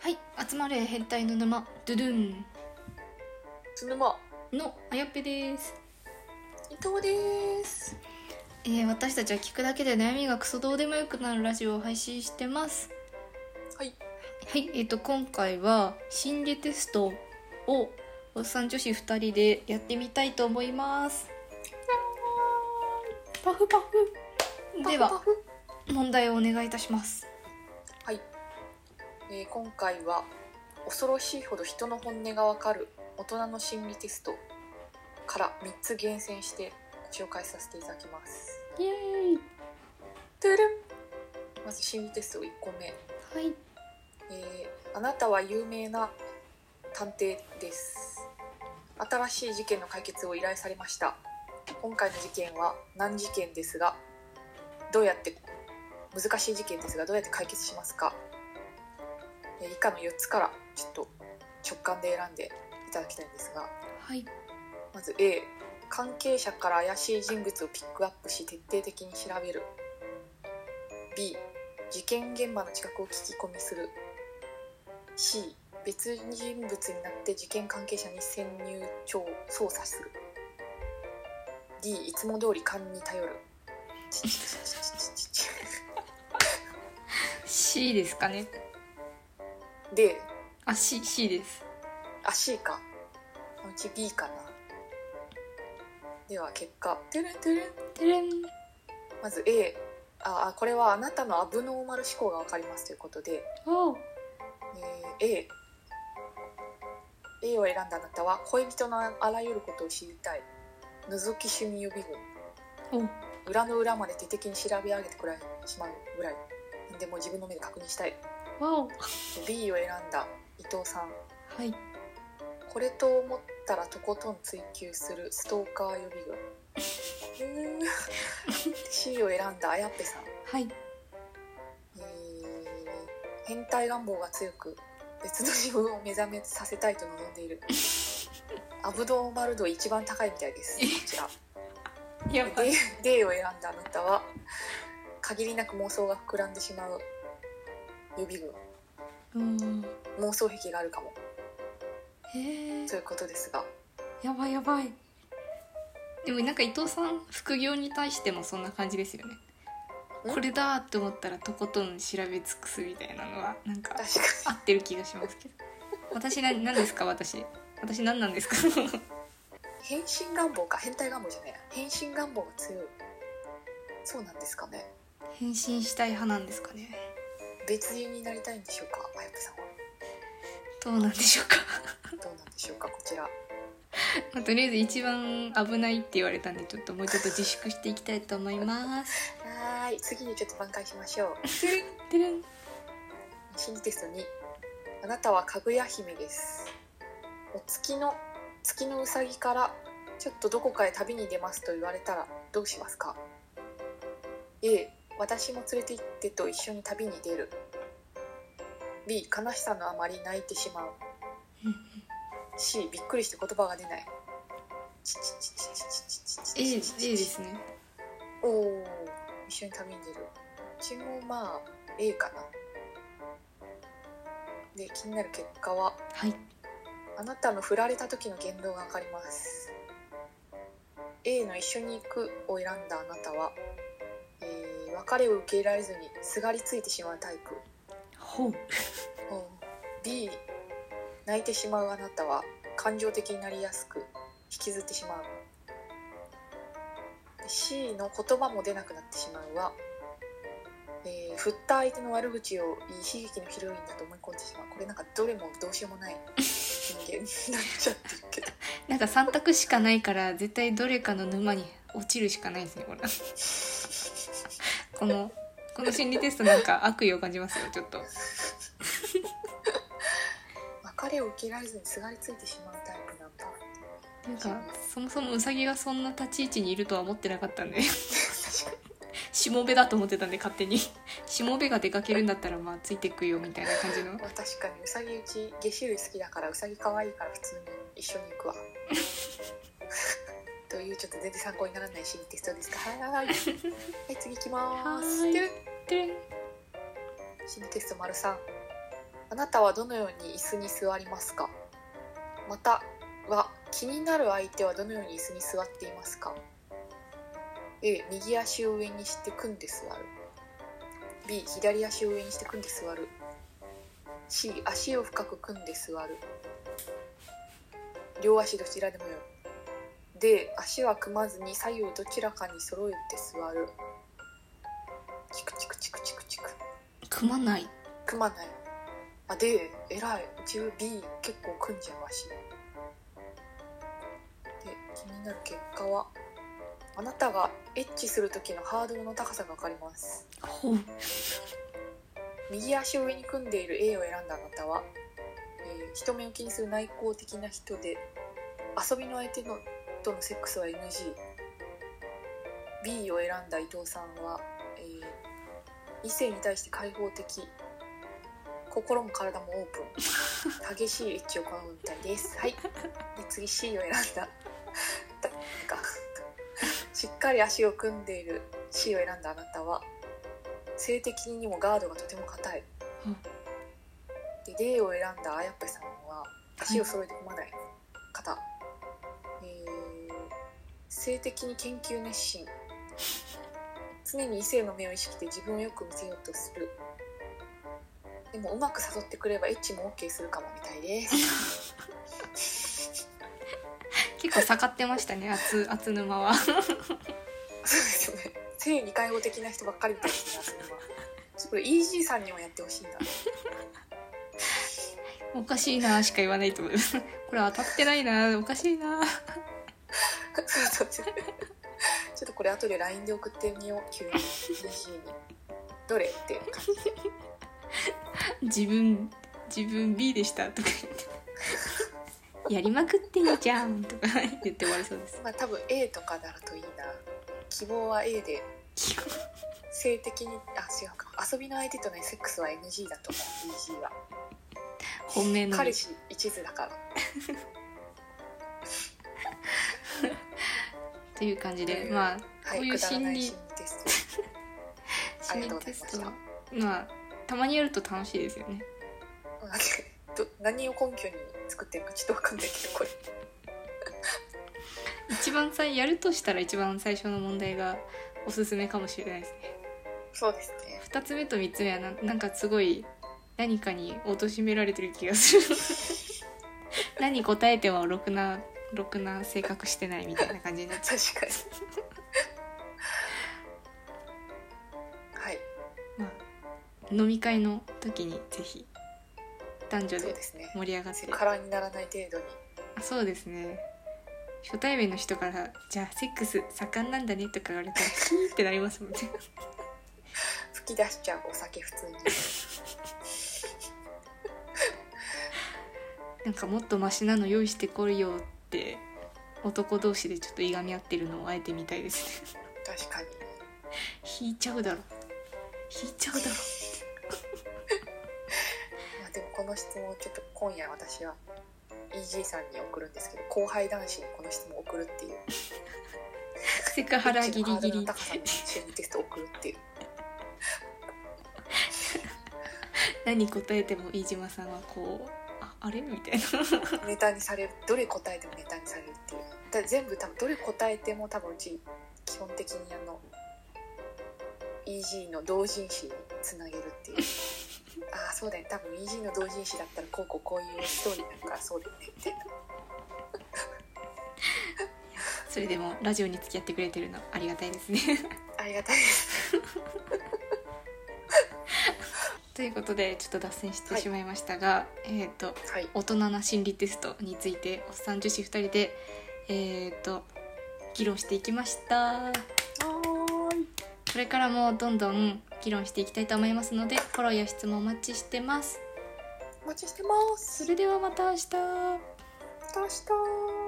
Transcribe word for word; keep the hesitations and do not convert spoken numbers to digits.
はい、集まれ変態の沼ドゥドゥンつぬまのあやっぺです。 伊藤です。 えー、私たちは聞くだけで悩みがクソどうでもよくなるラジオを配信してます。 はいはい、えーと今回は心理テストをおっさん女子ふたりでやってみたいと思います。パフパフではパフパフ問題をお願いいたします。 はい、えー、今回は恐ろしいほど人の本音がわかる大人の心理テストからみっつ厳選してご紹介させていただきます。 イエーイ。 トゥルン。まず心理テストいっこめ、 はい、 えー、あなたは有名な探偵です。新しい事件の解決を依頼されました。今回の事件は難事件ですがどうやって難しい事件ですがどうやって解決しますか。えー以下のよっつからちょっと直感で選んでいただきたいんですが、 はい、 まず A、 関係者から怪しい人物をピックアップし徹底的に調べる。 B、 事件現場の近くを聞き込みする。 C、 別人物になって事件関係者に潜入調捜査する。 D、 いつも通り勘に頼る。 C ですかね。 D、 あ、C、C です。 あ C か、うち B かな。では結果、てれんてれん。 てれん。 まず A、 あこれはあなたのアブノーマル思考が分かりますということで、 おう。 えー A A を選んだあなたは恋人のあらゆることを知りたい覗き趣味予備軍。 おう。 裏の裏まで徹底的に調べ上げてくらいしまうぐらいでも自分の目で確認したい。 わお。 B を選んだ伊藤さん、 はい。 これと思ったらとことん追求するストーカー予備軍。C を選んだあやっぺさん、 はい。 えー変態願望が強く別の自分を目覚めさせたいと望んでいる。アブドーマル度一番高いみたいです。こちら。 やばい。 D, D を選んだあなたは限りなく妄想が膨らんでしまう予備軍。 うん。 妄想癖があるかもへえ。 ということですが、 やばいやばい。でもなんか伊藤さん副業に対してもそんな感じですよね。これだって思ったらとことん調べ尽くすみたいなのはなんか確か合ってる気がしますけど。私な何ですか私私何なんですか。 に変身願望か、変態願望じゃないな、変身願望が強い。そうなんですかね。 変身したい派なんですかね。 別人になりたいんでしょうか、あやっぺさんは。 どうなんでしょうか。 どうなんでしょうか、こちら。 まあ、とりあえず一番危ないって言われたんでちょっともうちょっと自粛していきたいと思います。 はーい、次にちょっと挽回しましょう。 てれん。 心理テストに、あなたはかぐや姫です。お月の月のうさぎからちょっとどこかへ旅に出ますと言われたらどうしますか。 A、 私も連れて行ってと一緒に旅に出る。 B、 悲しさのあまり泣いてしまう。 C、 びっくりして言葉が出ない。 A, A ですね。 おお、一緒に旅に出る。うちもまあ A かな。で、気になる結果は、 はい。 あなたの振られた時の言動が分かります。 A の一緒に行くを選んだあなたは、えー、別れを受け入れられずにすがりついてしまうタイプ。 ほう。 B、 泣いてしまうあなたは感情的になりやすく引きずってしまう。 C の言葉も出なくなってしまうは、えー、振った相手の悪口をいい悲劇のヒロインだと思い込んでしまう。これなんかどれもどうしようもない人間になっちゃってるけどなんかさん択しかないから絶対どれかの沼に落ちるしかないですねこれ。このこの心理テストなんか悪意を感じますよちょっと。 別れを受け入れられずにすがりついてしまうタイプなんだ。 なんかそもそもウサギがそんな立ち位置にいるとは思ってなかったんでしもべだと思ってたんで勝手にしもべが出かけるんだったらまあついてくよみたいな感じの。 まあ、確かにうさぎうち下種類好きだからうさぎ可愛いから普通に一緒に行くわというちょっと全然参考にならない心理テストですか。はーいはい次行きまーす。 はーいてるてれん。 心理テスト丸さん、 あなたはどのように椅子に座りますか？または気になる相手はどのように椅子に座っていますか？ A、右足を上にして組んで座る。 B、左足を上にして組んで座る。 C、足を深く組んで座る。両足どちらでもよい。 D、足は組まずに左右どちらかに揃えて座る。チクチクチクチクチク。 組まない。 組まない。あ、D、偉い。うち B 結構組んじゃう足で、気になる結果は、あなたがエッチする時のハードルの高さが分かります。 ほう。 右足を上に組んでいる A を選んだあなたは、えー、人目を気にする内向的な人で、遊びの相手のとのセックスは エヌジー。 B を選んだ伊藤さんは、えー、異性に対して開放的、心も体もオープン、激しいエッチを行うみたいです。はい。で次 C を選んだなんかしっかり足を組んでいる C を選んだあなたは、性的にもガードがとても硬い、 うん、 で D を選んだあやっぺさんは足を揃えて組まない方、はい、えー、性的に研究熱心、常に異性の目を意識して自分をよく見せようとする。でもうまく誘ってくればエッチも OK するかもみたいです結構盛ってましたね、厚厚沼はそうですよね、性に開放的な人ばっかりみたいですね、厚沼。これ イージー さんにもやってほしいな。 おかしいなしか言わないと思うこれ当たってないな、おかしいなそうそう、ちょっとこれ後で ライン で送ってみよう、急に イージー にどれっていう感じで自分自分 B でしたとか言ってやりまくってんじゃんとか言って終わりそうです。 まあ多分 A とかなるといいな。希望は A で、性的に、あ、違うか、遊びの相手とねセックスは エヌジー だと思う。 イージー は本命の彼氏一途だからという感じで、まあ、 はい、 こういう心理心理テスト心理テストはまあたまにやると楽しいですよね。 ど何を根拠に作ってるかちょっと分かんないけど、これ一番最やるとしたら一番最初の問題がおすすめかもしれないですね。 そうですね。 ふたつめとみっつめは な, なんかすごい何かに貶められてる気がする何答えてもろくなろくな性格してないみたいな感じになっちゃう確かにはい、 まあ、飲み会の時にぜひ男女で盛り上がって、 ね、空にならない程度に。 あ、そうですね。初対面の人からじゃあセックス盛んなんだねとか言われたらキーってなりますもんね吹き出しちゃう、お酒普通になんかもっとマシなの用意してこいよって男同士でちょっといがみ合ってるのをあえて見たいですね確かに引いちゃうだろ引いちゃうだろまあでもこの質問ちょっと今夜私はイージー さんに送るんですけど、後輩男子にこの質問を送るっていうセクハラギリギリ心理テストを送るっていう何答えても飯島さんはこう あ, あれみたいなネタにされる、どれ答えてもネタにされるっていう。だ全部多分どれ答えても多分うち基本的にあの イージー の同人誌につなげるっていうああそうだね、多分 イージー の同人誌だったらこうこうこういうストーリーだからそうだよねみたいなそれでもラジオに付き合ってくれてるのありがたいですねありがたいですということでちょっと脱線してしまいましたが、はい、えっ、ー、と、 はい、 大人な心理テストについておっさん女子ふたりでえっ、ー、と議論していきました。 はーい。 これからもどんどん議論していきたいと思いますのでフォローや質問お待ちしてます。 お待ちしてます。 それではまた明日。 また明日。